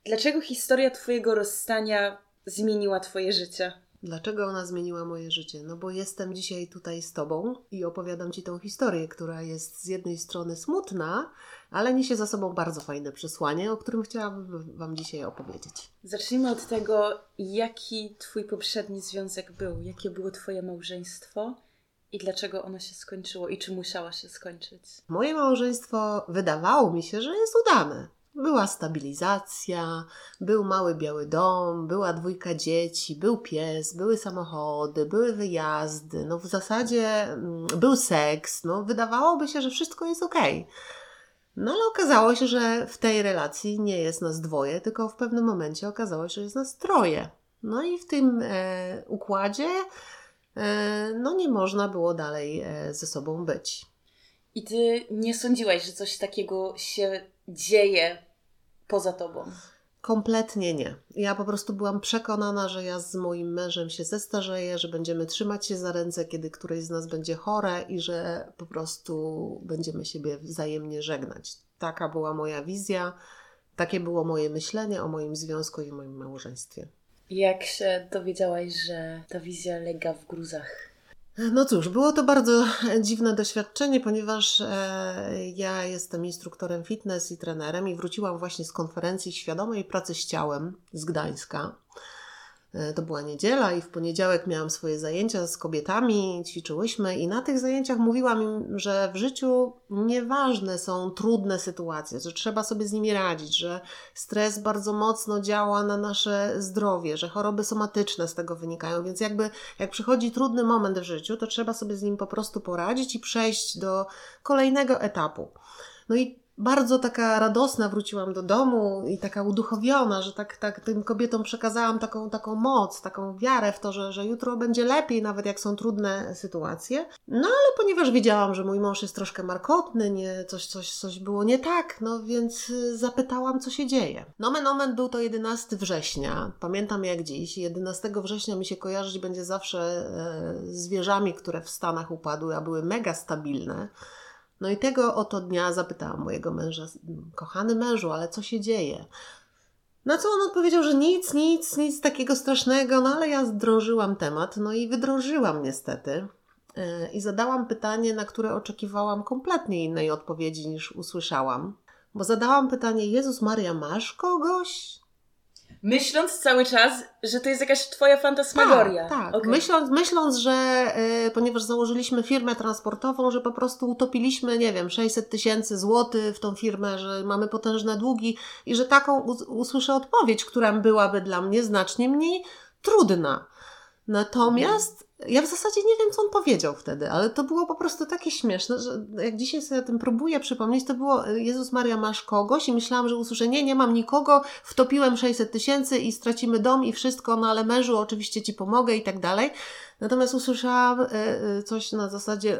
Dlaczego historia twojego rozstania zmieniła twoje życie? Dlaczego ona zmieniła moje życie? No bo jestem dzisiaj tutaj z Tobą i opowiadam Ci tą historię, która jest z jednej strony smutna, ale niesie za sobą bardzo fajne przesłanie, o którym chciałabym Wam dzisiaj opowiedzieć. Zacznijmy od tego, jaki twój poprzedni związek był, jakie było twoje małżeństwo i dlaczego ono się skończyło i czy musiało się skończyć. Moje małżeństwo wydawało mi się, że jest udane. Była stabilizacja, był mały biały dom, była 2 dzieci, był pies, były samochody, były wyjazdy, no w zasadzie był seks, no wydawałoby się, że wszystko jest okej. No ale okazało się, że w tej relacji nie jest nas 2, tylko w pewnym momencie okazało się, że jest nas 3. No i w tym układzie no nie można było dalej ze sobą być. I ty nie sądziłaś, że coś takiego się dzieje poza tobą? Kompletnie nie. Ja po prostu byłam przekonana, że ja z moim mężem się zestarzeję, że będziemy trzymać się za ręce, kiedy któreś z nas będzie chore i że po prostu będziemy siebie wzajemnie żegnać. Taka była moja wizja, takie było moje myślenie o moim związku i o moim małżeństwie. Jak się dowiedziałaś, że ta wizja lega w gruzach? No cóż, było to bardzo dziwne doświadczenie, ponieważ ja jestem instruktorem fitness i trenerem i wróciłam właśnie z konferencji świadomej pracy z ciałem z Gdańska. To była niedziela i w poniedziałek miałam swoje zajęcia z kobietami, ćwiczyłyśmy i na tych zajęciach mówiłam im, że w życiu nieważne są trudne sytuacje, że trzeba sobie z nimi radzić, że stres bardzo mocno działa na nasze zdrowie, że choroby somatyczne z tego wynikają, więc jak przychodzi trudny moment w życiu, to trzeba sobie z nim po prostu poradzić i przejść do kolejnego etapu. No i bardzo taka radosna wróciłam do domu i taka uduchowiona, że tak tym kobietom przekazałam taką moc, taką wiarę w to, że jutro będzie lepiej, nawet jak są trudne sytuacje. No ale ponieważ wiedziałam, że mój mąż jest troszkę markotny, coś było nie tak, no więc zapytałam, co się dzieje. Nomen omen był to 11 września, pamiętam jak dziś. 11 września mi się kojarzyć będzie zawsze z wieżami, które w Stanach upadły, a były mega stabilne. No i tego oto dnia zapytałam mojego męża, kochany mężu, ale co się dzieje? Na co on odpowiedział, że nic takiego strasznego, no ale ja zdrążyłam temat, no i wydrążyłam niestety. I zadałam pytanie, na które oczekiwałam kompletnie innej odpowiedzi niż usłyszałam. Bo zadałam pytanie, Jezus Maria, masz kogoś? Myśląc cały czas, że to jest jakaś twoja fantasmagoria. Tak. Okay. Myśląc, że ponieważ założyliśmy firmę transportową, że po prostu utopiliśmy, nie wiem, 600 000 złotych w tą firmę, że mamy potężne długi i że taką usłyszę odpowiedź, która byłaby dla mnie znacznie mniej trudna. Natomiast ja w zasadzie nie wiem, co on powiedział wtedy, ale to było po prostu takie śmieszne, że jak dzisiaj sobie o tym próbuję przypomnieć, to było Jezus Maria, masz kogoś? I myślałam, że usłyszę, nie mam nikogo, wtopiłem 600 000 i stracimy dom i wszystko, no ale mężu oczywiście Ci pomogę i tak dalej. Natomiast usłyszałam coś na zasadzie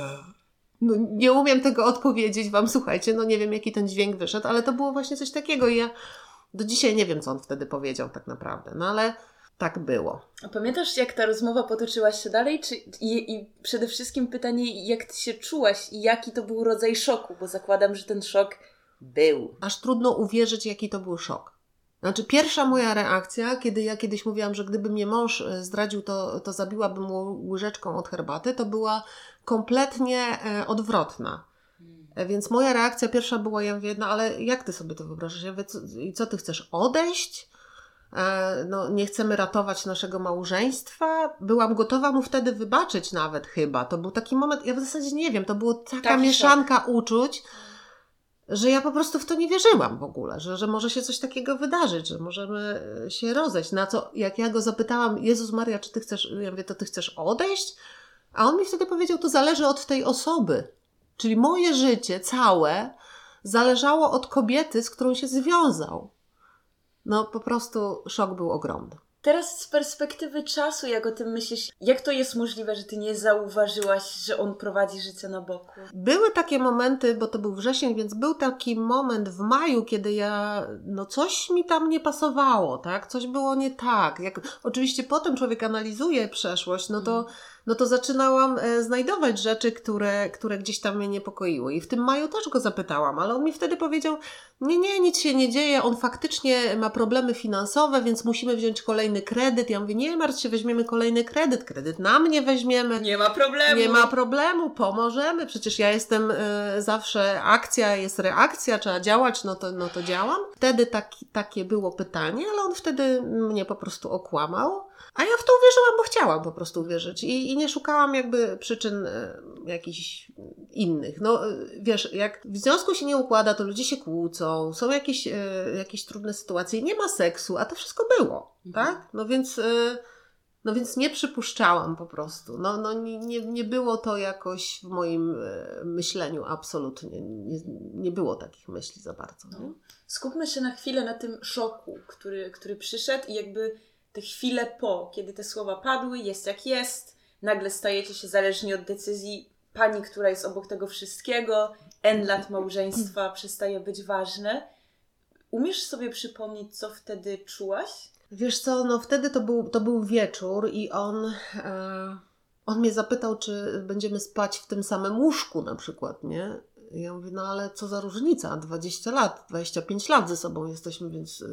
no nie umiem tego odpowiedzieć Wam, słuchajcie, no nie wiem, jaki ten dźwięk wyszedł, ale to było właśnie coś takiego i ja do dzisiaj nie wiem, co on wtedy powiedział tak naprawdę, no ale tak było. A pamiętasz, jak ta rozmowa potoczyła się dalej? I przede wszystkim pytanie, jak ty się czułaś i jaki to był rodzaj szoku? Bo zakładam, że ten szok był. Aż trudno uwierzyć, jaki to był szok. Znaczy pierwsza moja reakcja, kiedy ja kiedyś mówiłam, że gdyby mnie mąż zdradził, to zabiłabym mu łyżeczką od herbaty, to była kompletnie odwrotna. Więc moja reakcja pierwsza była, ja mówię, no ale jak ty sobie to wyobrażasz? Ja mówię, co ty chcesz, odejść? No, nie chcemy ratować naszego małżeństwa. Byłam gotowa mu wtedy wybaczyć nawet chyba. To był taki moment, ja w zasadzie nie wiem, to była taka mieszanka uczuć, że ja po prostu w to nie wierzyłam w ogóle, że może się coś takiego wydarzyć, że możemy się rozejść. Na co, jak ja go zapytałam, Jezus Maria, czy ty chcesz, ja mówię, to ty chcesz odejść? A on mi wtedy powiedział, to zależy od tej osoby. Czyli moje życie całe zależało od kobiety, z którą się związał. No po prostu szok był ogromny. Teraz z perspektywy czasu, jak o tym myślisz, jak to jest możliwe, że ty nie zauważyłaś, że on prowadzi życie na boku? Były takie momenty, bo to był wrzesień, więc był taki moment w maju, kiedy coś mi tam nie pasowało, tak? Coś było nie tak. Jak oczywiście potem człowiek analizuje przeszłość, no to no to zaczynałam znajdować rzeczy, które gdzieś tam mnie niepokoiły. I w tym maju też go zapytałam, ale on mi wtedy powiedział, nie, nic się nie dzieje, on faktycznie ma problemy finansowe, więc musimy wziąć kolejny kredyt. Ja mówię, nie martw się, weźmiemy kolejny kredyt na mnie weźmiemy. Nie ma problemu. Nie ma problemu, pomożemy. Przecież ja jestem zawsze akcja, jest reakcja, trzeba działać, no to działam. Wtedy takie było pytanie, ale on wtedy mnie po prostu okłamał. A ja w to uwierzyłam, bo chciałam po prostu uwierzyć i nie szukałam jakby przyczyn jakichś innych. No wiesz, jak w związku się nie układa, to ludzie się kłócą, są jakieś trudne sytuacje, nie ma seksu, a to wszystko było, tak? No więc nie przypuszczałam po prostu. Nie było to jakoś w moim myśleniu absolutnie. Nie było takich myśli za bardzo. Nie? Skupmy się na chwilę na tym szoku, który przyszedł i jakby te chwile po, kiedy te słowa padły, jest jak jest, nagle stajecie się zależni od decyzji pani, która jest obok tego wszystkiego, N lat małżeństwa przestaje być ważne. Umiesz sobie przypomnieć, co wtedy czułaś? Wiesz co, no wtedy to był wieczór i on mnie zapytał, czy będziemy spać w tym samym łóżku na przykład, nie? I ja mówię, no ale co za różnica, 20 lat, 25 lat ze sobą jesteśmy, więc...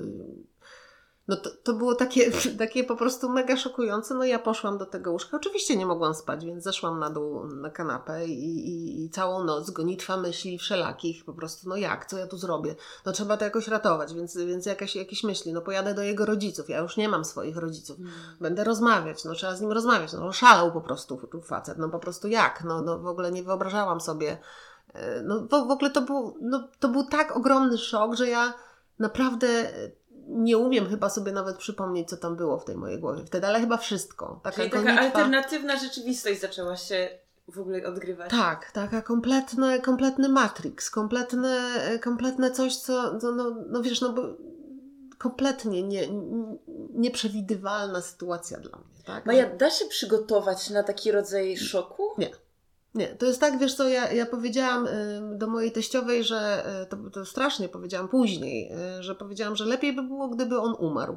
No to było takie po prostu mega szokujące. No ja poszłam do tego łóżka. Oczywiście nie mogłam spać, więc zeszłam na dół na kanapę i całą noc gonitwa myśli wszelakich. Po prostu, no jak? Co ja tu zrobię? No trzeba to jakoś ratować, więc jakieś myśli. No pojadę do jego rodziców. Ja już nie mam swoich rodziców. Będę rozmawiać. No trzeba z nim rozmawiać. No szalał po prostu facet. No po prostu jak? No w ogóle nie wyobrażałam sobie. No w ogóle to był tak ogromny szok, że ja naprawdę... Nie umiem chyba sobie nawet przypomnieć, co tam było w tej mojej głowie wtedy, ale chyba wszystko. Czyli taka alternatywna rzeczywistość zaczęła się w ogóle odgrywać. Tak, taka kompletny Matrix, kompletne coś, co no wiesz, no bo kompletnie nieprzewidywalna sytuacja dla mnie. Tak? Maja, da się przygotować na taki rodzaj szoku? Nie, to jest tak, wiesz co, ja powiedziałam do mojej teściowej, że to strasznie powiedziałam później, że powiedziałam, że lepiej by było, gdyby on umarł,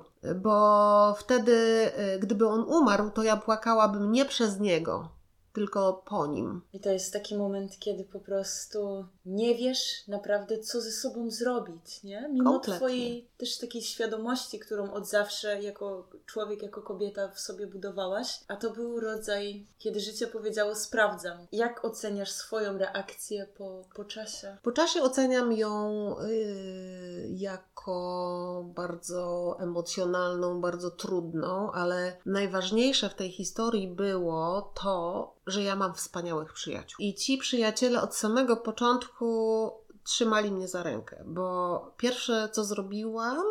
bo wtedy, gdyby on umarł, to ja płakałabym nie przez niego, tylko po nim. I to jest taki moment, kiedy po prostu nie wiesz naprawdę, co ze sobą zrobić, nie? Mimo twojej też takiej świadomości, którą od zawsze jako człowiek, jako kobieta w sobie budowałaś, a to był rodzaj, kiedy życie powiedziało sprawdzam. Jak oceniasz swoją reakcję po czasie? Po czasie oceniam ją jako bardzo emocjonalną, bardzo trudną, ale najważniejsze w tej historii było to, że ja mam wspaniałych przyjaciół. I ci przyjaciele od samego początku trzymali mnie za rękę, bo pierwsze, co zrobiłam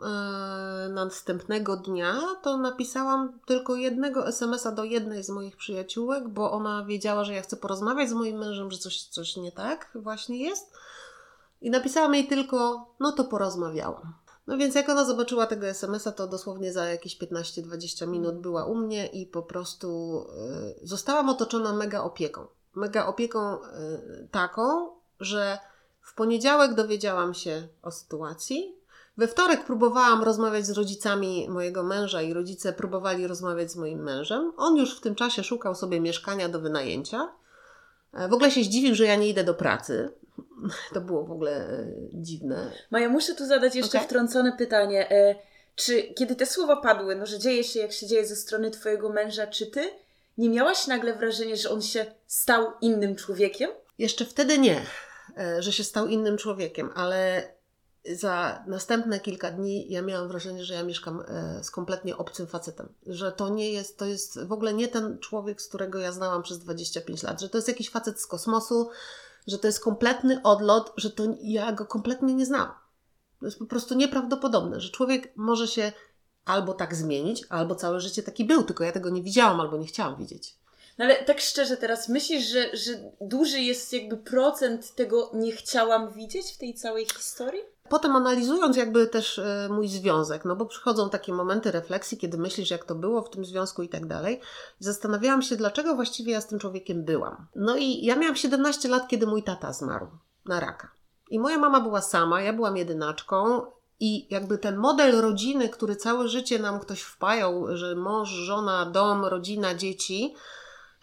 następnego dnia, to napisałam tylko jednego SMS-a do jednej z moich przyjaciółek, bo ona wiedziała, że ja chcę porozmawiać z moim mężem, że coś nie tak właśnie jest. I napisałam jej tylko, no to porozmawiałam. No więc jak ona zobaczyła tego SMS-a, to dosłownie za jakieś 15-20 minut była u mnie i po prostu zostałam otoczona mega opieką. Mega opieką taką, że w poniedziałek dowiedziałam się o sytuacji. We wtorek próbowałam rozmawiać z rodzicami mojego męża i rodzice próbowali rozmawiać z moim mężem. On już w tym czasie szukał sobie mieszkania do wynajęcia. W ogóle się zdziwił, że ja nie idę do pracy. To było w ogóle dziwne. Maja, muszę tu zadać jeszcze wtrącone pytanie. Czy kiedy te słowa padły, no że dzieje się jak się dzieje ze strony twojego męża, czy ty nie miałaś nagle wrażenia, że on się stał innym człowiekiem? Jeszcze wtedy nie, że się stał innym człowiekiem, ale za następne kilka dni ja miałam wrażenie, że ja mieszkam z kompletnie obcym facetem. Że to jest w ogóle nie ten człowiek, z którego ja znałam przez 25 lat. Że to jest jakiś facet z kosmosu, że to jest kompletny odlot, że to ja go kompletnie nie znam. To jest po prostu nieprawdopodobne, że człowiek może się albo tak zmienić, albo całe życie taki był, tylko ja tego nie widziałam albo nie chciałam widzieć. No ale tak szczerze teraz, myślisz, że duży jest jakby procent tego nie chciałam widzieć w tej całej historii? Potem analizując jakby też mój związek, no bo przychodzą takie momenty refleksji, kiedy myślisz, jak to było w tym związku i tak dalej. Zastanawiałam się, dlaczego właściwie ja z tym człowiekiem byłam. No i ja miałam 17 lat, kiedy mój tata zmarł na raka. I moja mama była sama, ja byłam jedynaczką i jakby ten model rodziny, który całe życie nam ktoś wpajał, że mąż, żona, dom, rodzina, dzieci,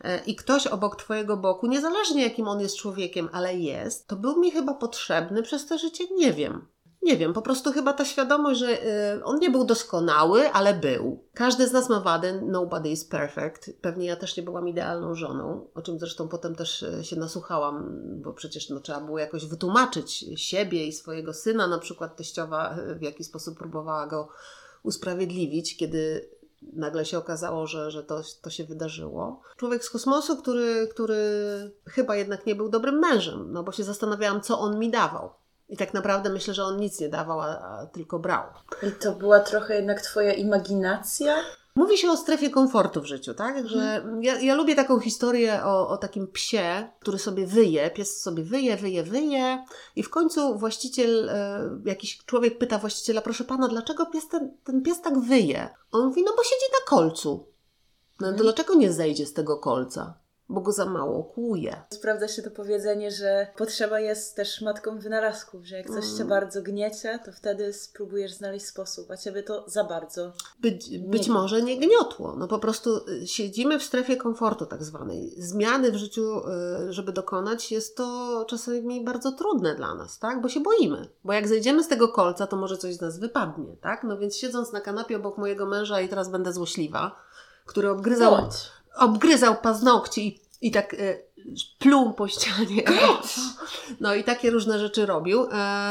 i ktoś obok twojego boku, niezależnie jakim on jest człowiekiem, ale jest, to był mi chyba potrzebny przez to życie, nie wiem. Nie wiem, po prostu chyba ta świadomość, że on nie był doskonały, ale był. Każdy z nas ma wady, nobody is perfect. Pewnie ja też nie byłam idealną żoną, o czym zresztą potem też się nasłuchałam, bo przecież trzeba było jakoś wytłumaczyć siebie i swojego syna. Na przykład teściowa w jaki sposób próbowała go usprawiedliwić, kiedy nagle się okazało, że to się wydarzyło. Człowiek z kosmosu, który chyba jednak nie był dobrym mężem, no bo się zastanawiałam, co on mi dawał. I tak naprawdę myślę, że on nic nie dawał, a tylko brał. I to była trochę jednak twoja imaginacja? Mówi się o strefie komfortu w życiu, tak? Że ja lubię taką historię o takim psie, który sobie wyje. Pies sobie wyje i w końcu właściciel, jakiś człowiek pyta właściciela, proszę pana, dlaczego ten pies tak wyje? On mówi, no bo siedzi na kolcu. No dlaczego nie zejdzie z tego kolca? Bo go za mało kłuje. Sprawdza się to powiedzenie, że potrzeba jest też matką wynalazków, że jak coś cię bardzo gniecie, to wtedy spróbujesz znaleźć sposób, a ciebie to za bardzo Być może nie gniotło. No po prostu siedzimy w strefie komfortu tak zwanej. Zmiany w życiu, żeby dokonać, jest to czasami bardzo trudne dla nas, tak? Bo się boimy. Bo jak zejdziemy z tego kolca, to może coś z nas wypadnie, tak? No więc siedząc na kanapie obok mojego męża i teraz będę złośliwa, który obgryzał paznokci i tak pluł po ścianie. No i takie różne rzeczy robił.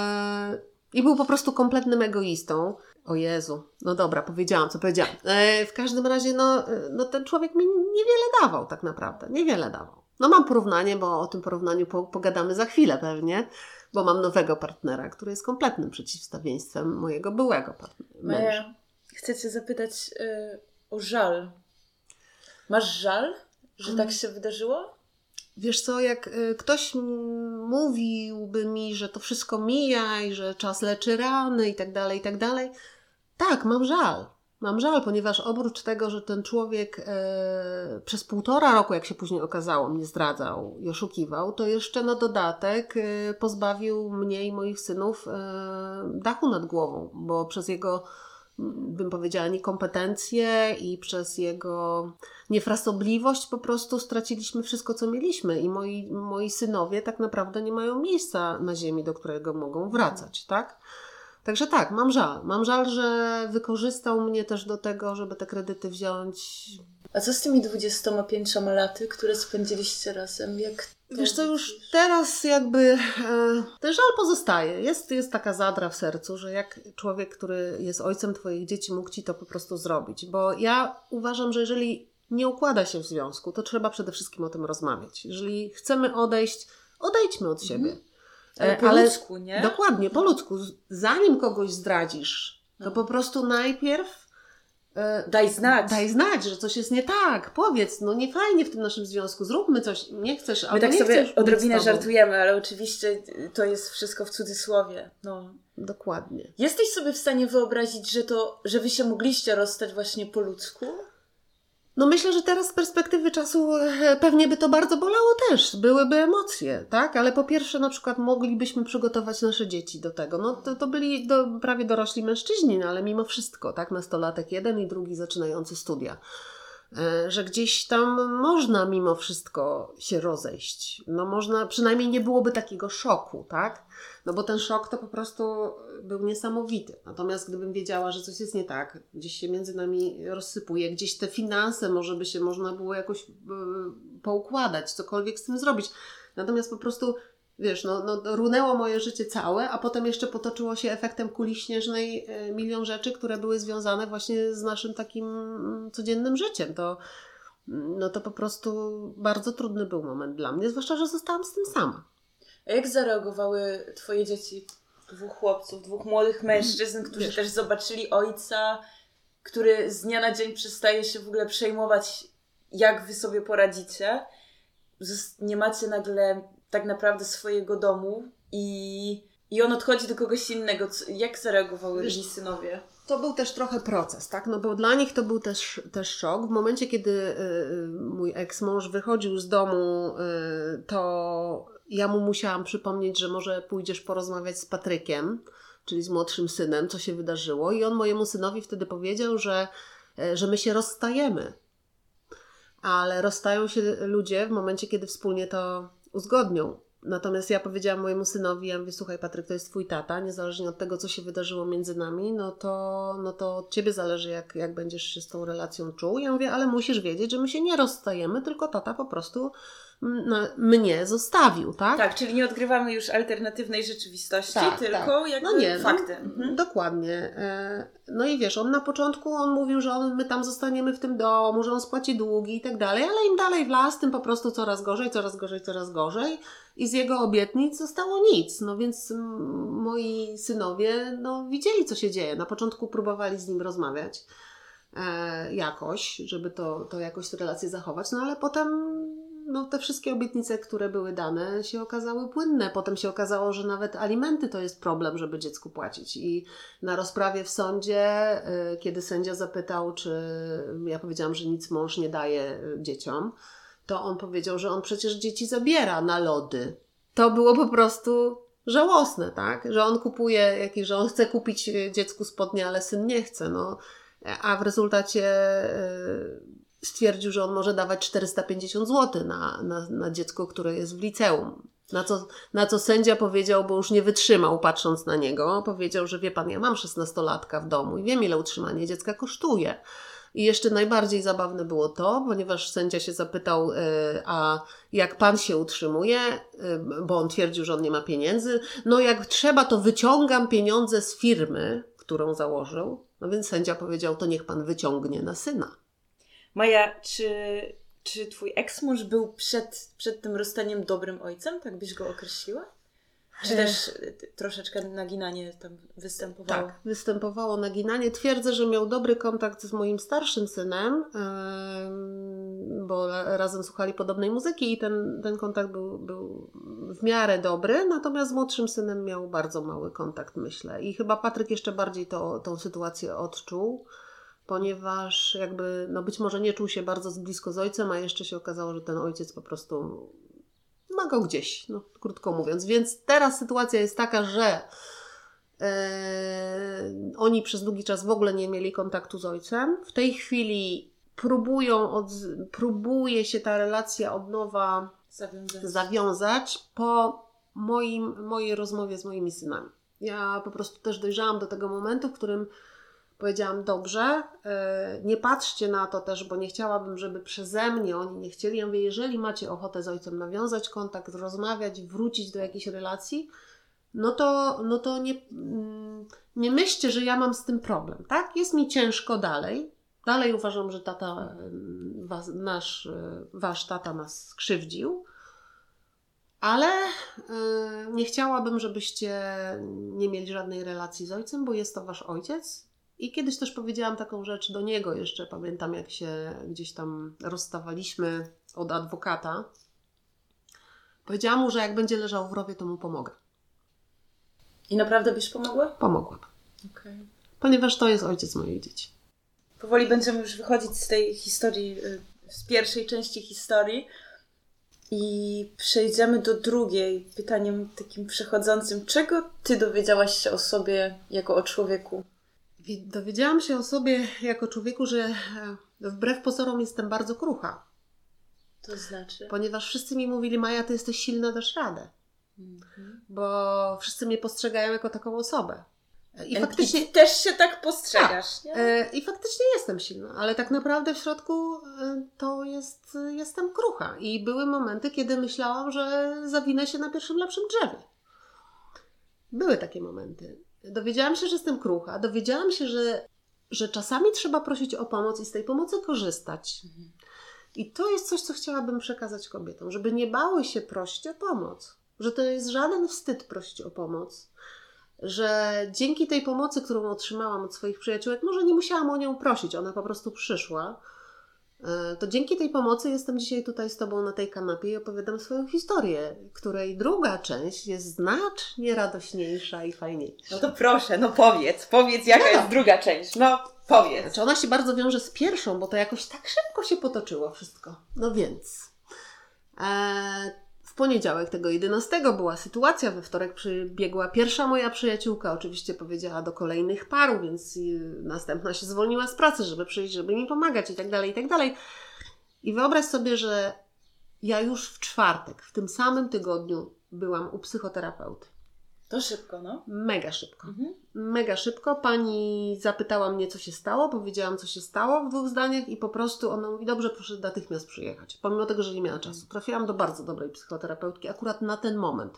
I był po prostu kompletnym egoistą. O Jezu, no dobra, powiedziałam, co powiedziałam. W każdym razie, no ten człowiek mi niewiele dawał tak naprawdę. Niewiele dawał. No mam porównanie, bo o tym porównaniu pogadamy za chwilę pewnie, bo mam nowego partnera, który jest kompletnym przeciwstawieństwem mojego byłego partnera. Chcę cię zapytać o żal. Masz żal, że tak się wydarzyło? Wiesz co, jak ktoś mówiłby mi, że to wszystko mija i że czas leczy rany i tak dalej, tak, mam żal. Mam żal, ponieważ oprócz tego, że ten człowiek przez 1,5 roku, jak się później okazało, mnie zdradzał i oszukiwał, to jeszcze na dodatek pozbawił mnie i moich synów dachu nad głową, bo przez jego, bym powiedziała, niekompetencje i przez jego niefrasobliwość po prostu straciliśmy wszystko, co mieliśmy i moi synowie tak naprawdę nie mają miejsca na ziemi, do którego mogą wracać, tak? Także tak, mam żal. Mam żal, że wykorzystał mnie też do tego, żeby te kredyty wziąć. A co z tymi 25 laty, które spędziliście razem? Wiesz co, już teraz jakby ten żal pozostaje. Jest taka zadra w sercu, że jak człowiek, który jest ojcem twoich dzieci, mógł ci to po prostu zrobić. Bo ja uważam, że jeżeli nie układa się w związku, to trzeba przede wszystkim o tym rozmawiać. Jeżeli chcemy odejść, odejdźmy od siebie. Ale po ludzku, nie? Dokładnie, po ludzku. Zanim kogoś zdradzisz, to po prostu najpierw Daj znać, że coś jest nie tak. Powiedz, no nie fajnie w tym naszym związku, zróbmy coś, nie chcesz, albo my tak nie sobie chcesz odrobinę żartujemy, ale oczywiście to jest wszystko w cudzysłowie. No. Dokładnie. Jesteś sobie w stanie wyobrazić, że wy się mogliście rozstać właśnie po ludzku? No myślę, że teraz z perspektywy czasu pewnie by to bardzo bolało też. Byłyby emocje, tak? Ale po pierwsze na przykład moglibyśmy przygotować nasze dzieci do tego. No to byli prawie dorośli mężczyźni, no, ale mimo wszystko, tak? Nastolatek jeden i drugi zaczynający studia. Że gdzieś tam można mimo wszystko się rozejść. No można, przynajmniej nie byłoby takiego szoku, tak? No bo ten szok to po prostu był niesamowity. Natomiast gdybym wiedziała, że coś jest nie tak, gdzieś się między nami rozsypuje, gdzieś te finanse może by się można było jakoś poukładać, cokolwiek z tym zrobić. Natomiast po prostu, wiesz, runęło moje życie całe, a potem jeszcze potoczyło się efektem kuli śnieżnej milion rzeczy, które były związane właśnie z naszym takim codziennym życiem. To po prostu bardzo trudny był moment dla mnie, zwłaszcza, że zostałam z tym sama. A jak zareagowały twoje dzieci? 2 chłopców, 2 młodych mężczyzn, którzy też zobaczyli ojca, który z dnia na dzień przestaje się w ogóle przejmować, jak wy sobie poradzicie. Nie macie nagle tak naprawdę swojego domu i on odchodzi do kogoś innego. Jak zareagowały inni synowie? To był też trochę proces, tak? No bo dla nich to był też szok. W momencie, kiedy mój eks-mąż wychodził z domu, to ja mu musiałam przypomnieć, że może pójdziesz porozmawiać z Patrykiem, czyli z młodszym synem, co się wydarzyło. I on mojemu synowi wtedy powiedział, że my się rozstajemy. ale rozstają się ludzie w momencie, kiedy wspólnie to uzgodnią. Natomiast ja powiedziałam mojemu synowi, ja mówię, słuchaj Patryk, to jest twój tata, niezależnie od tego, co się wydarzyło między nami, no to od ciebie zależy, jak będziesz się z tą relacją czuł. Ja mówię, ale musisz wiedzieć, że my się nie rozstajemy, tylko tata po prostu mnie zostawił, tak? Tak, czyli nie odgrywamy już alternatywnej rzeczywistości, tylko jakby fakty. Dokładnie. No i wiesz, on na początku mówił, że my tam zostaniemy w tym domu, że on spłaci długi i tak dalej, ale im dalej w las, tym po prostu coraz gorzej. I z jego obietnic zostało nic. No więc moi synowie widzieli, co się dzieje. Na początku próbowali z nim rozmawiać jakoś, żeby to jakoś tę relację zachować, no ale potem te wszystkie obietnice, które były dane, się okazały płynne. Potem się okazało, że nawet alimenty to jest problem, żeby dziecku płacić. I na rozprawie w sądzie, kiedy sędzia zapytał, czy ja powiedziałam, że nic mąż nie daje dzieciom, to on powiedział, że on przecież dzieci zabiera na lody. To było po prostu żałosne, tak? Że on kupuje że on chce kupić dziecku spodnie, ale syn nie chce. A w rezultacie stwierdził, że on może dawać 450 zł na dziecko, które jest w liceum. Na co sędzia powiedział, bo już nie wytrzymał, patrząc na niego, powiedział, że wie pan, ja mam 16-latka w domu i wiem, ile utrzymanie dziecka kosztuje. I jeszcze najbardziej zabawne było to, ponieważ sędzia się zapytał, a jak pan się utrzymuje, bo on twierdził, że on nie ma pieniędzy. No jak trzeba, to wyciągam pieniądze z firmy, którą założył. No więc sędzia powiedział, to niech pan wyciągnie na syna. Maja, czy twój ex-mąż był przed tym rozstaniem dobrym ojcem? Tak byś go określiła? Czy też troszeczkę naginanie tam występowało? Tak, występowało naginanie. Twierdzę, że miał dobry kontakt z moim starszym synem, bo razem słuchali podobnej muzyki i ten kontakt był w miarę dobry, natomiast z młodszym synem miał bardzo mały kontakt, myślę. I chyba Patryk jeszcze bardziej tą sytuację odczuł, ponieważ być może nie czuł się bardzo blisko z ojcem, a jeszcze się okazało, że ten ojciec po prostu ma go gdzieś, krótko mówiąc. Więc teraz sytuacja jest taka, że oni przez długi czas w ogóle nie mieli kontaktu z ojcem. W tej chwili próbuje się ta relacja od nowa zawiązać po mojej rozmowie z moimi synami. Ja po prostu też dojrzałam do tego momentu, w którym powiedziałam, dobrze, nie patrzcie na to też, bo nie chciałabym, żeby przeze mnie oni nie chcieli. Ja mówię, jeżeli macie ochotę z ojcem nawiązać kontakt, rozmawiać, wrócić do jakiejś relacji, no to nie myślcie, że ja mam z tym problem, tak? Jest mi ciężko dalej. Dalej uważam, że wasz tata nas skrzywdził, ale nie chciałabym, żebyście nie mieli żadnej relacji z ojcem, bo jest to wasz ojciec. I kiedyś też powiedziałam taką rzecz do niego jeszcze, pamiętam jak się gdzieś tam rozstawaliśmy od adwokata. Powiedziałam mu, że jak będzie leżał w rowie, to mu pomogę. I naprawdę byś pomogła? Pomogłam. Okay. Ponieważ to jest ojciec moich dzieci. Powoli będziemy już wychodzić z tej historii, z pierwszej części historii i przejdziemy do drugiej. Pytaniem takim przechodzącym. Czego ty dowiedziałaś się o sobie jako o człowieku? Dowiedziałam się o sobie jako człowieku, że wbrew pozorom jestem bardzo krucha. To znaczy? Ponieważ wszyscy mi mówili, Maja, ty jesteś silna, dasz radę. Bo wszyscy mnie postrzegają jako taką osobę. I faktycznie też się tak postrzegasz, tak, nie? I faktycznie jestem silna, ale tak naprawdę w środku jestem krucha. I były momenty, kiedy myślałam, że zawinę się na pierwszym lepszym drzewie. Były takie momenty. Dowiedziałam się, że jestem krucha. Dowiedziałam się, że czasami trzeba prosić o pomoc i z tej pomocy korzystać. I to jest coś, co chciałabym przekazać kobietom. Żeby nie bały się prosić o pomoc. Że to jest żaden wstyd prosić o pomoc. Że dzięki tej pomocy, którą otrzymałam od swoich przyjaciółek, może nie musiałam o nią prosić, ona po prostu przyszła. To dzięki tej pomocy jestem dzisiaj tutaj z Tobą na tej kanapie i opowiadam swoją historię, której druga część jest znacznie radośniejsza i fajniejsza. No to proszę, powiedz jaka jest druga część, powiedz. Znaczy ona się bardzo wiąże z pierwszą, bo to jakoś tak szybko się potoczyło wszystko. No więc w poniedziałek tego 11 była sytuacja, we wtorek przybiegła pierwsza moja przyjaciółka, oczywiście powiedziała do kolejnych paru, więc następna się zwolniła z pracy, żeby przyjść, żeby mi pomagać i tak dalej, i tak dalej. I wyobraź sobie, że ja już w czwartek, w tym samym tygodniu byłam u psychoterapeuty. To szybko, no. Mega szybko. Mega szybko. Pani zapytała mnie, co się stało. Powiedziałam, co się stało w 2 zdaniach i po prostu ona mówi, dobrze, proszę natychmiast przyjechać. Pomimo tego, że nie miała czasu. Trafiłam do bardzo dobrej psychoterapeutki akurat na ten moment.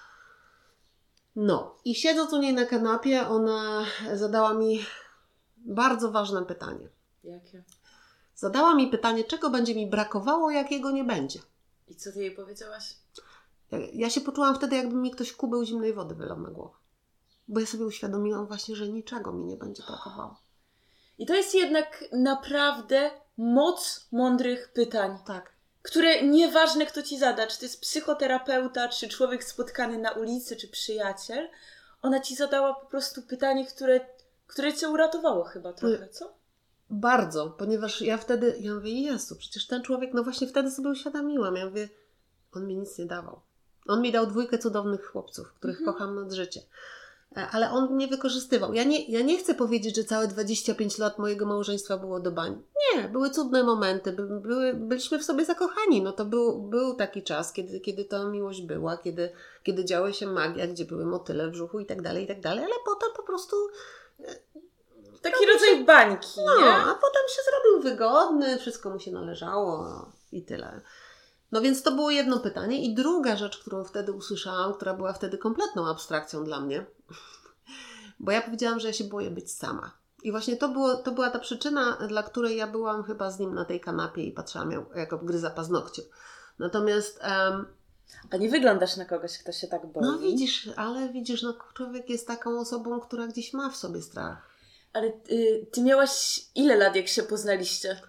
No i siedząc u niej na kanapie, ona zadała mi bardzo ważne pytanie. Jakie? Zadała mi pytanie, czego będzie mi brakowało, jak jego nie będzie. I co ty jej powiedziałaś? Ja się poczułam wtedy, jakby mi ktoś kubeł zimnej wody wylał na głowę. Bo ja sobie uświadomiłam właśnie, że niczego mi nie będzie brakowało. I to jest jednak naprawdę moc mądrych pytań. Tak. Które nieważne kto ci zada, czy to jest psychoterapeuta, czy człowiek spotkany na ulicy, czy przyjaciel, ona ci zadała po prostu pytanie, które cię uratowało chyba trochę, co? Bardzo, ponieważ ja mówię, Jezu, przecież ten człowiek, no właśnie wtedy sobie uświadomiłam, ja mówię, on mi nic nie dawał. On mi dał 2 cudownych chłopców, których kocham nad życie. Ale on mnie wykorzystywał. Ja nie chcę powiedzieć, że całe 25 lat mojego małżeństwa było do bani. Nie, były cudne momenty, byliśmy w sobie zakochani. No to był taki czas, kiedy ta miłość była, kiedy działy się magia, gdzie były motyle w brzuchu i tak dalej, ale potem po prostu... Taki rodzaj bańki, no, nie? a potem się zrobił wygodny, wszystko mu się należało i tyle. No więc to było jedno pytanie. I druga rzecz, którą wtedy usłyszałam, która była wtedy kompletną abstrakcją dla mnie, bo ja powiedziałam, że ja się boję być sama. I właśnie to była ta przyczyna, dla której ja byłam chyba z nim na tej kanapie i patrzyłam jak obgryza paznokcie. Natomiast... A nie wyglądasz na kogoś, kto się tak boi. No widzisz, no człowiek jest taką osobą, która gdzieś ma w sobie strach. Ale ty miałaś ile lat, jak się poznaliście?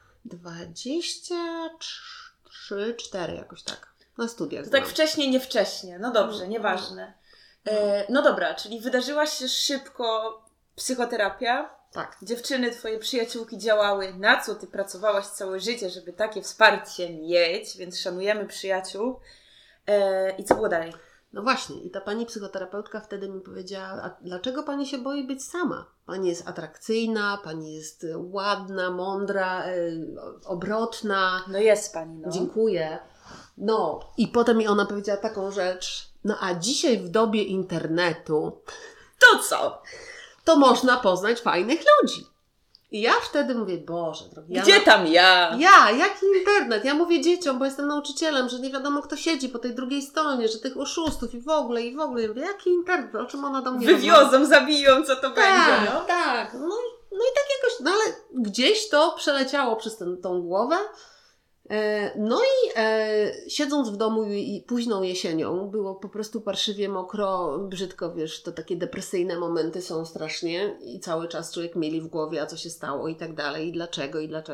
23, 4 jakoś tak. Na studiach. To tak wcześnie, nie wcześnie. No dobrze, nieważne. No dobra, czyli wydarzyła się szybko psychoterapia. Tak. Dziewczyny, twoje przyjaciółki działały, na co ty pracowałaś całe życie, żeby takie wsparcie mieć, więc szanujemy przyjaciół. I co było dalej? No właśnie, i ta pani psychoterapeutka wtedy mi powiedziała, a dlaczego pani się boi być sama? Pani jest atrakcyjna, pani jest ładna, mądra, obrotna. No jest pani, no. Dziękuję. No i potem mi ona powiedziała taką rzecz, no a dzisiaj w dobie internetu to co? To można poznać fajnych ludzi. I ja wtedy mówię, Boże drogi. Gdzie tam ja? Jaki internet? Ja mówię dzieciom, bo jestem nauczycielem, że nie wiadomo kto siedzi po tej drugiej stronie, że tych oszustów i w ogóle. Ja mówię, jaki internet? O czym ona do mnie wywiozą, zabiją, co to będzie, no? Tak. No i tak jakoś, no ale gdzieś to przeleciało przez tą głowę. No i siedząc w domu i późną jesienią, było po prostu parszywie, mokro, brzydko, wiesz, to takie depresyjne momenty są strasznie i cały czas człowiek mieli w głowie, a co się stało i tak dalej, i dlaczego.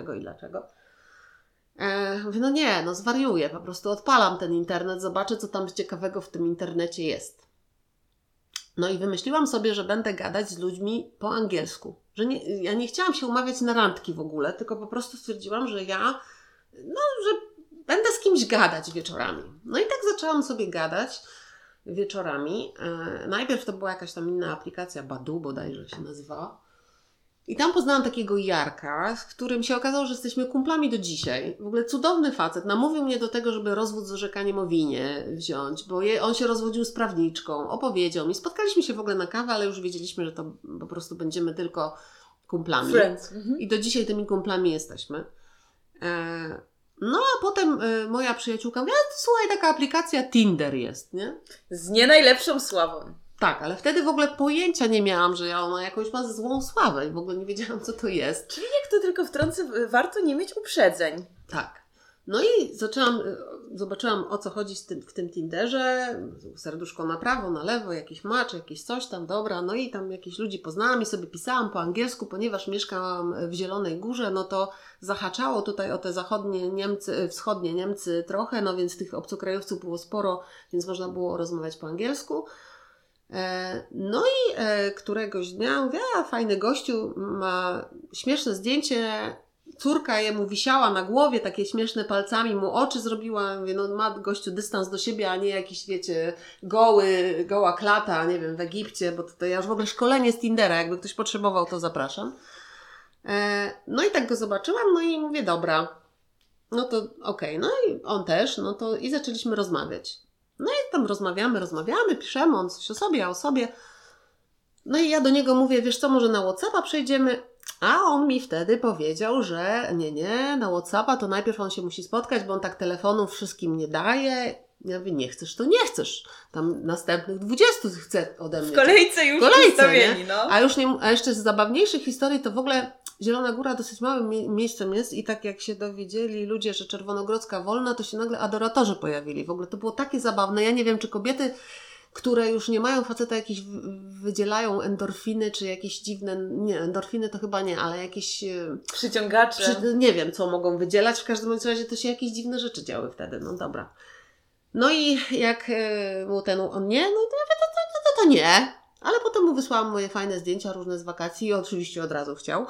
Mówię, no nie, no zwariuję, po prostu odpalam ten internet, zobaczę, co tam ciekawego w tym internecie jest. No i wymyśliłam sobie, że będę gadać z ludźmi po angielsku. Ja nie chciałam się umawiać na randki w ogóle, tylko po prostu stwierdziłam, że że będę z kimś gadać wieczorami. No i tak zaczęłam sobie gadać wieczorami. Najpierw to była jakaś tam inna aplikacja, Badoo bodajże się nazywała. I tam poznałam takiego Jarka, z którym się okazało, że jesteśmy kumplami do dzisiaj. W ogóle cudowny facet. Namówił mnie do tego, żeby rozwód z orzekaniem o winie wziąć, bo on się rozwodził z prawniczką, opowiedział mi. Spotkaliśmy się w ogóle na kawę, ale już wiedzieliśmy, że to po prostu będziemy tylko kumplami. Friends. I do dzisiaj tymi kumplami jesteśmy. No a potem moja przyjaciółka mówi, słuchaj, taka aplikacja Tinder jest, nie? Z nie najlepszą sławą. Tak, ale wtedy w ogóle pojęcia nie miałam, że ona jakąś ma złą sławę i w ogóle nie wiedziałam, co to jest. Czyli jak to tylko wtrącę, warto nie mieć uprzedzeń. Tak. No i zobaczyłam o co chodzi w tym Tinderze, serduszko na prawo, na lewo, jakiś match, jakieś coś tam, dobra, no i tam jakieś ludzi poznałam i sobie pisałam po angielsku, ponieważ mieszkałam w Zielonej Górze, no to zahaczało tutaj o te wschodnie Niemcy trochę, no więc tych obcokrajowców było sporo, więc można było rozmawiać po angielsku. No i któregoś dnia mówię, fajny gościu, ma śmieszne zdjęcie, córka jemu wisiała na głowie, takie śmieszne palcami mu oczy zrobiła. Mówię, no ma gościu dystans do siebie, a nie jakiś, wiecie, goła klata, nie wiem, w Egipcie, bo to ja już w ogóle szkolenie z Tindera, jakby ktoś potrzebował, to zapraszam. No i tak go zobaczyłam, no i mówię, dobra. No to okej, no i on też, no to i zaczęliśmy rozmawiać. No i tam rozmawiamy, piszemy, on coś o sobie, ja o sobie. No i ja do niego mówię, wiesz co, może na WhatsAppa przejdziemy? A on mi wtedy powiedział, że nie, na WhatsAppa to najpierw on się musi spotkać, bo on tak telefonów wszystkim nie daje. Ja mówię, nie chcesz, to nie chcesz. Tam następnych 20 chce ode mnie. W kolejce już ustawieni, no. A jeszcze z zabawniejszych historii to w ogóle Zielona Góra dosyć małym miejscem jest i tak jak się dowiedzieli ludzie, że Czerwonogrodzka wolna, to się nagle adoratorzy pojawili. W ogóle to było takie zabawne. Ja nie wiem, czy kobiety, które już nie mają faceta, jakieś wydzielają endorfiny, czy jakieś dziwne, nie, endorfiny to chyba nie, ale jakieś przyciągacze. Nie wiem, co mogą wydzielać. W każdym razie to się jakieś dziwne rzeczy działy wtedy. No dobra. No i jak mu on nie, no to ja mówię, to nie. Ale potem mu wysłałam moje fajne zdjęcia różne z wakacji i oczywiście od razu chciał.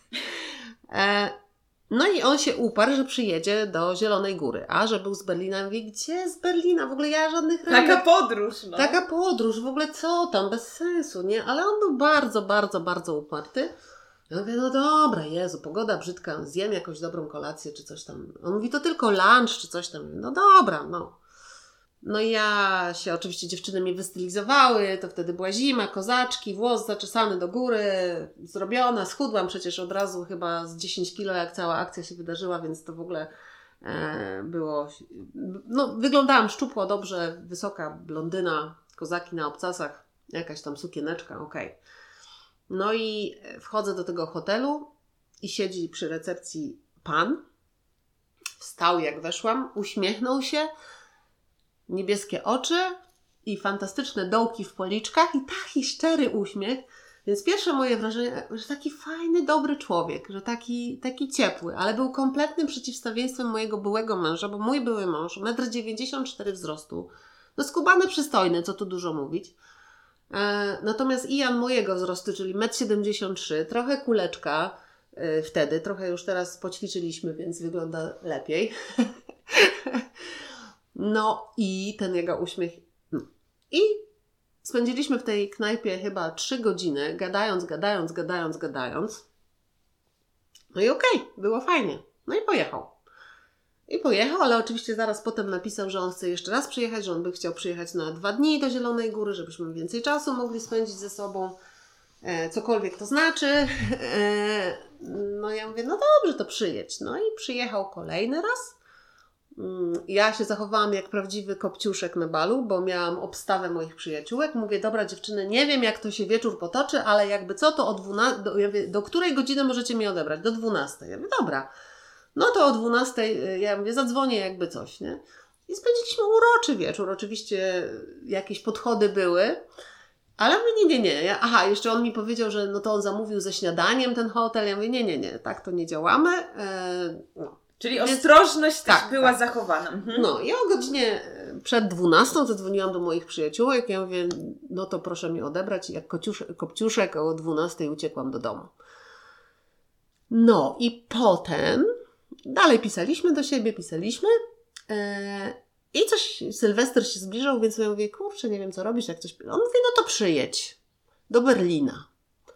No i on się uparł, że przyjedzie do Zielonej Góry. A że był z Berlina, mówię, gdzie z Berlina? W ogóle ja żadnych Taka podróż, no. Taka podróż, w ogóle co tam, bez sensu, nie? Ale on był bardzo, bardzo, bardzo uparty. Ja mówię, no dobra, Jezu, pogoda brzydka, zjem jakąś dobrą kolację czy coś tam. On mówi, to tylko lunch czy coś tam. No dobra, no. No i ja się, oczywiście dziewczyny mnie wystylizowały, to wtedy była zima, kozaczki, włos zaczesany do góry, zrobiona, schudłam przecież od razu chyba z 10 kilo, jak cała akcja się wydarzyła, więc to w ogóle było, no wyglądałam szczupło, dobrze, wysoka blondyna, kozaki na obcasach, jakaś tam sukieneczka, okej. No i wchodzę do tego hotelu i siedzi przy recepcji pan, wstał jak weszłam, uśmiechnął się, niebieskie oczy i fantastyczne dołki w policzkach i taki szczery uśmiech. Więc pierwsze moje wrażenie, że taki fajny, dobry człowiek, że taki ciepły, ale był kompletnym przeciwstawieństwem mojego byłego męża, bo mój były mąż, 1,94 m wzrostu, no skubany, przystojny, co tu dużo mówić. Natomiast Ian mojego wzrostu, czyli 1,73 m, trochę kuleczka wtedy, trochę już teraz poćwiczyliśmy, więc wygląda lepiej. No i ten jego uśmiech. I spędziliśmy w tej knajpie chyba 3 godziny, gadając. No i okej, było fajnie. No i pojechał, ale oczywiście zaraz potem napisał, że on chce jeszcze raz przyjechać, że on by chciał przyjechać na 2 dni do Zielonej Góry, żebyśmy więcej czasu mogli spędzić ze sobą. Cokolwiek to znaczy. No ja mówię, no dobrze, to przyjedź. No i przyjechał kolejny raz. Ja się zachowałam jak prawdziwy kopciuszek na balu, bo miałam obstawę moich przyjaciółek. Mówię, dobra dziewczyny, nie wiem jak to się wieczór potoczy, ale jakby co, to o 12, do której godziny możecie mnie odebrać? Do 12. Ja mówię, dobra. No to o 12, ja mówię, zadzwonię jakby coś, nie? I spędziliśmy uroczy wieczór. Oczywiście jakieś podchody były, ale mówię, nie. Jeszcze on mi powiedział, że no to on zamówił ze śniadaniem ten hotel. Ja mówię, nie, tak to nie działamy. No. Czyli ostrożność też była zachowana. No i o godzinie przed 12 zadzwoniłam do moich przyjaciółek. Ja mówię, no to proszę mnie odebrać. Jak kopciuszek o 12 uciekłam do domu. No i potem dalej pisaliśmy do siebie, i coś, Sylwester się zbliżał, więc ja mówię, kurczę, nie wiem co robisz, jak coś... On mówi, no to przyjedź do Berlina.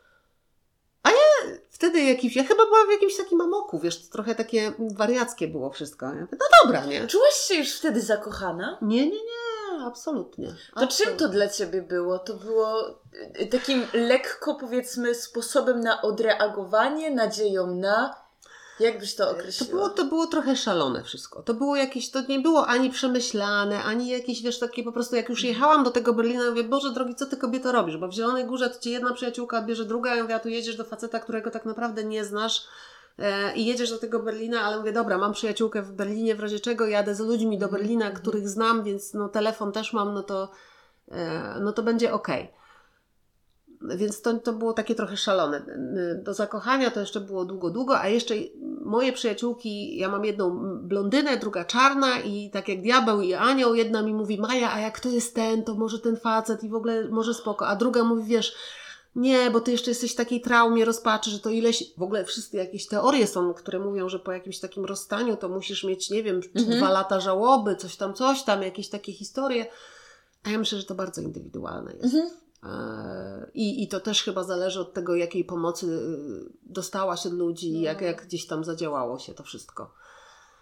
Wtedy ja chyba byłam w jakimś takim amoku, wiesz, to trochę takie wariackie było wszystko. Ja mówię, no dobra, nie? Czułaś się już wtedy zakochana? Nie, absolutnie. To czym to dla Ciebie było? To było takim lekko, powiedzmy, sposobem na odreagowanie, nadzieją na... Jak byś to określiła? To było trochę szalone wszystko. To było jakieś, to nie było ani przemyślane, ani jakieś, wiesz, takie po prostu, jak już jechałam do tego Berlina, mówię, Boże drogi, co ty kobieto robisz? Bo w Zielonej Górze to cię jedna przyjaciółka odbierze druga, ja mówię, a tu jedziesz do faceta, którego tak naprawdę nie znasz i jedziesz do tego Berlina, ale mówię, dobra, mam przyjaciółkę w Berlinie, w razie czego jadę z ludźmi do Berlina, których znam, więc no telefon też mam, no to będzie okej. Więc to było takie trochę szalone. Do zakochania to jeszcze było długo, a jeszcze moje przyjaciółki, ja mam jedną blondynę, druga czarna i tak jak diabeł i anioł, jedna mi mówi, Maja, a jak to jest ten, to może ten facet i w ogóle może spoko, a druga mówi, wiesz, nie, bo ty jeszcze jesteś w takiej traumie, rozpaczy, że to ileś, w ogóle wszystkie jakieś teorie są, które mówią, że po jakimś takim rozstaniu to musisz mieć, nie wiem, 2 lata żałoby, coś tam, jakieś takie historie, a ja myślę, że to bardzo indywidualne jest. I to też chyba zależy od tego, jakiej pomocy dostałaś od ludzi, jak gdzieś tam zadziałało się to wszystko.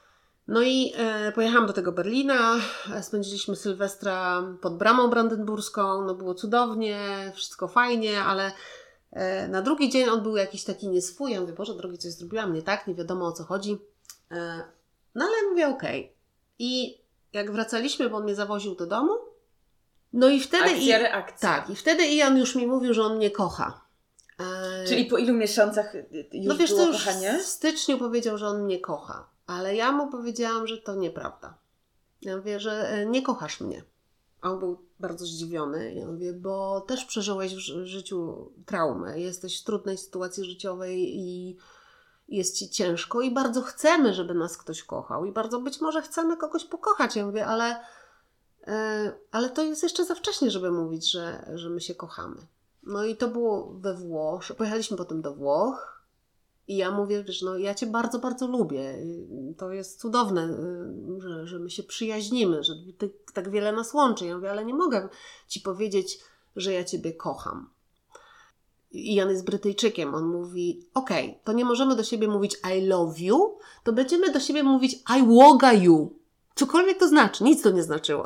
No i pojechałam do tego Berlina, spędziliśmy Sylwestra pod Bramą Brandenburską, no było cudownie, wszystko fajnie, ale na drugi dzień on był jakiś taki nieswój. Ja mówię, Boże drogi, coś zrobiłam nie tak, nie wiadomo o co chodzi. No ale mówię, okej. I jak wracaliśmy, bo on mnie zawoził do domu, no i wtedy... Akcja, reakcja. Tak, i wtedy Ian już mi mówił, że on mnie kocha. Czyli po ilu miesiącach już było to już kochanie? W styczniu powiedział, że on mnie kocha, ale ja mu powiedziałam, że to nieprawda. Ja mówię, że nie kochasz mnie. A on był bardzo zdziwiony. Ja mówię, bo też przeżyłeś w życiu traumę. Jesteś w trudnej sytuacji życiowej i jest Ci ciężko i bardzo chcemy, żeby nas ktoś kochał i bardzo być może chcemy kogoś pokochać. Ja mówię, ale to jest jeszcze za wcześnie, żeby mówić, że my się kochamy. No i to było we Włoszech. Pojechaliśmy potem do Włoch i ja mówię, wiesz, no ja Cię bardzo, bardzo lubię. To jest cudowne, że my się przyjaźnimy, że Ty tak wiele nas łączy. Ja mówię, ale nie mogę Ci powiedzieć, że ja Ciebie kocham. I Jan jest Brytyjczykiem. On mówi, okej, to nie możemy do siebie mówić I love you, to będziemy do siebie mówić I woga you. Cokolwiek to znaczy. Nic to nie znaczyło.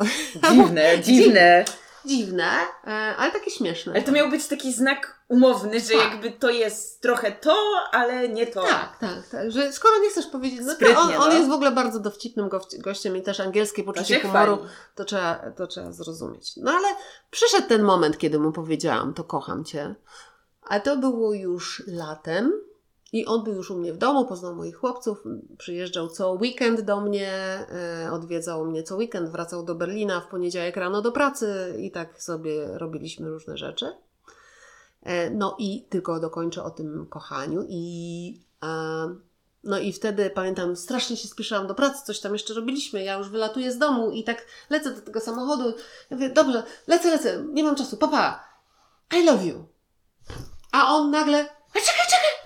Dziwne, ale takie śmieszne. Ale to miał być taki znak umowny, że jakby to jest trochę to, ale nie to. Tak. Że skoro nie chcesz powiedzieć, no sprytnie, to on jest w ogóle bardzo dowcipnym gościem i też angielskie poczucie humoru, chwali. to trzeba zrozumieć. No ale przyszedł ten moment, kiedy mu powiedziałam, to kocham Cię. A to było już latem i on był już u mnie w domu, poznał moich chłopców, przyjeżdżał co weekend do mnie, odwiedzał mnie co weekend, wracał do Berlina w poniedziałek rano do pracy i tak sobie robiliśmy różne rzeczy. No i tylko dokończę o tym kochaniu no i wtedy pamiętam, strasznie się spieszyłam do pracy, coś tam jeszcze robiliśmy, ja już wylatuję z domu i tak lecę do tego samochodu, ja mówię, dobrze, lecę, nie mam czasu, papa, I love you. A on nagle, czekaj.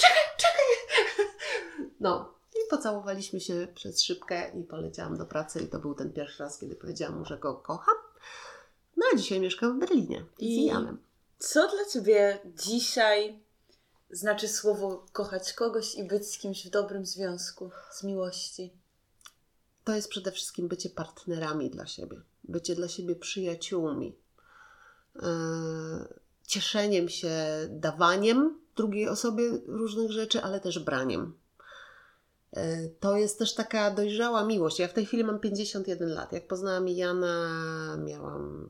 No i pocałowaliśmy się przez szybkę i poleciałam do pracy i to był ten pierwszy raz, kiedy powiedziałam mu, że go kocham. No a dzisiaj mieszkam w Berlinie z Janem. Co dla Ciebie dzisiaj znaczy słowo kochać kogoś i być z kimś w dobrym związku, z miłości? To jest przede wszystkim bycie partnerami dla siebie. Bycie dla siebie przyjaciółmi. Cieszeniem się dawaniem drugiej osobie różnych rzeczy, ale też braniem. To jest też taka dojrzała miłość. Ja w tej chwili mam 51 lat. Jak poznałam Jana, miałam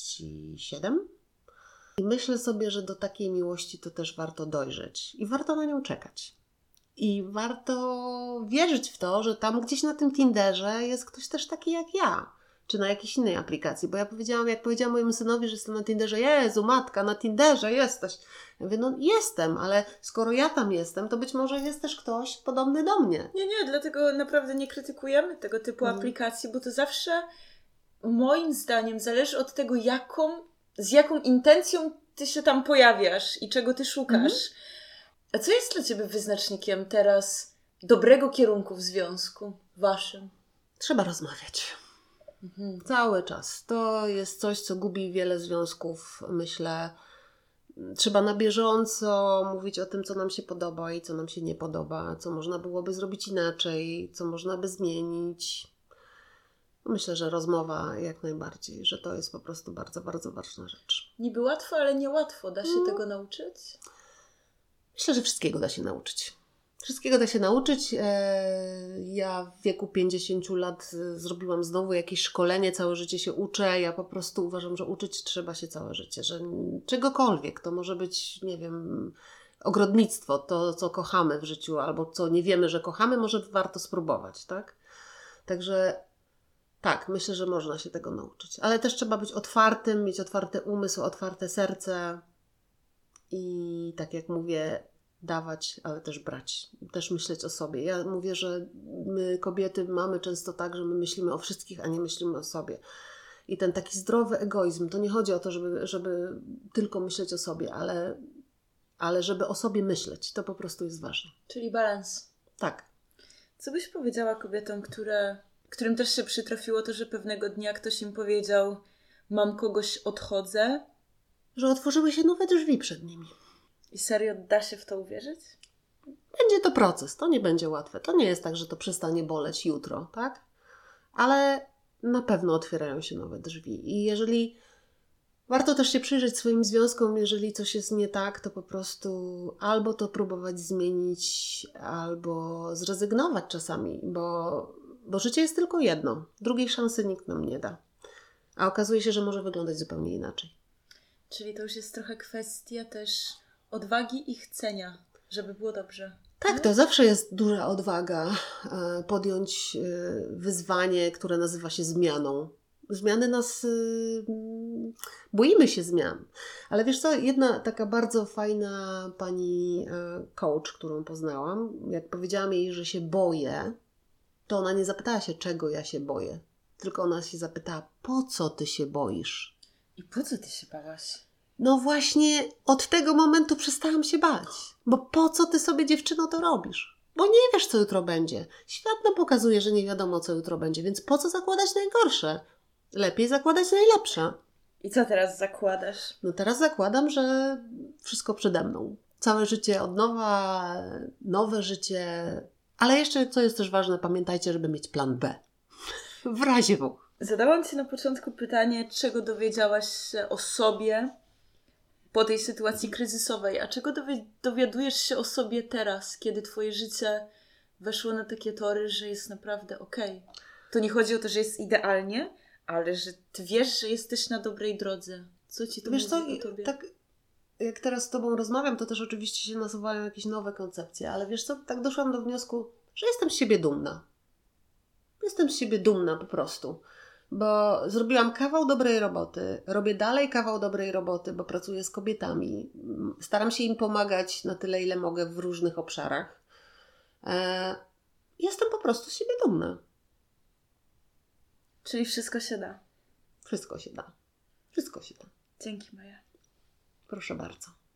47. I myślę sobie, że do takiej miłości to też warto dojrzeć. I warto na nią czekać. I warto wierzyć w to, że tam gdzieś na tym Tinderze jest ktoś też taki jak ja. Czy na jakiejś innej aplikacji. Bo jak powiedziałam mojemu synowi, że jestem na Tinderze, Jezu, matka, na Tinderze jesteś. Ja mówię, no jestem, ale skoro ja tam jestem, to być może jest też ktoś podobny do mnie. Nie, dlatego naprawdę nie krytykujemy tego typu aplikacji, bo to zawsze moim zdaniem zależy od tego, z jaką intencją Ty się tam pojawiasz i czego Ty szukasz. A co jest dla Ciebie wyznacznikiem teraz dobrego kierunku w związku waszym? Trzeba rozmawiać. Cały czas. To jest coś, co gubi wiele związków, myślę. Trzeba na bieżąco mówić o tym, co nam się podoba i co nam się nie podoba, co można byłoby zrobić inaczej, co można by zmienić. Myślę, że rozmowa jak najbardziej, że to jest po prostu bardzo, bardzo ważna rzecz. Niby łatwo, ale niełatwo. Da się tego nauczyć? Myślę, że wszystkiego da się nauczyć. Wszystkiego da się nauczyć. Ja w wieku 50 lat zrobiłam znowu jakieś szkolenie, całe życie się uczę. Ja po prostu uważam, że uczyć trzeba się całe życie, że czegokolwiek. To może być, nie wiem, ogrodnictwo, to co kochamy w życiu, albo co nie wiemy, że kochamy, może warto spróbować, tak? Także tak, myślę, że można się tego nauczyć. Ale też trzeba być otwartym, mieć otwarty umysł, otwarte serce i tak jak mówię, dawać, ale też brać. Też myśleć o sobie. Ja mówię, że my kobiety mamy często tak, że my myślimy o wszystkich, a nie myślimy o sobie. I ten taki zdrowy egoizm, to nie chodzi o to, żeby tylko myśleć o sobie, ale żeby o sobie myśleć. To po prostu jest ważne. Czyli balans. Tak. Co byś powiedziała kobietom, którym też się przytrafiło to, że pewnego dnia ktoś im powiedział, mam kogoś, odchodzę? Że otworzyły się nowe drzwi przed nimi. I serio da się w to uwierzyć? Będzie to proces, to nie będzie łatwe. To nie jest tak, że to przestanie boleć jutro, tak? ale na pewno otwierają się nowe drzwi. I jeżeli warto też się przyjrzeć swoim związkom, jeżeli coś jest nie tak, to po prostu albo to próbować zmienić, albo zrezygnować czasami, bo życie jest tylko jedno. Drugiej szansy nikt nam nie da. A okazuje się, że może wyglądać zupełnie inaczej. Czyli to już jest trochę kwestia też odwagi i chcenia, żeby było dobrze. Tak, to zawsze jest duża odwaga podjąć wyzwanie, które nazywa się zmianą. Zmiany boimy się zmian. Ale wiesz co, jedna taka bardzo fajna pani coach, którą poznałam, jak powiedziałam jej, że się boję, to ona nie zapytała się, czego ja się boję. Tylko ona się zapytała, po co ty się boisz? I po co ty się bałaś? No właśnie od tego momentu przestałam się bać. Bo po co ty sobie, dziewczyno, to robisz? Bo nie wiesz, co jutro będzie. Świat nam pokazuje, że nie wiadomo, co jutro będzie, więc po co zakładać najgorsze? Lepiej zakładać najlepsze. I co teraz zakładasz? No teraz zakładam, że wszystko przede mną. Całe życie od nowa, nowe życie. Ale jeszcze, co jest też ważne, pamiętajcie, żeby mieć plan B. W razie W. Zadałam Ci na początku pytanie, czego dowiedziałaś się o sobie po tej sytuacji kryzysowej, a czego dowiadujesz się o sobie teraz, kiedy Twoje życie weszło na takie tory, że jest naprawdę okej. To nie chodzi o to, że jest idealnie, ale że Ty wiesz, że jesteś na dobrej drodze. Co Ci to Wiesz mówi co, o Tobie? tak jak teraz z Tobą rozmawiam, to też oczywiście się nasuwają jakieś nowe koncepcje, ale wiesz co, tak doszłam do wniosku, że jestem z siebie dumna. Jestem z siebie dumna po prostu, bo zrobiłam kawał dobrej roboty, robię dalej kawał dobrej roboty, bo pracuję z kobietami, staram się im pomagać na tyle, ile mogę w różnych obszarach. Jestem po prostu z siebie dumna. Czyli wszystko się da. Wszystko się da. Wszystko się da. Dzięki, Maja. Proszę bardzo.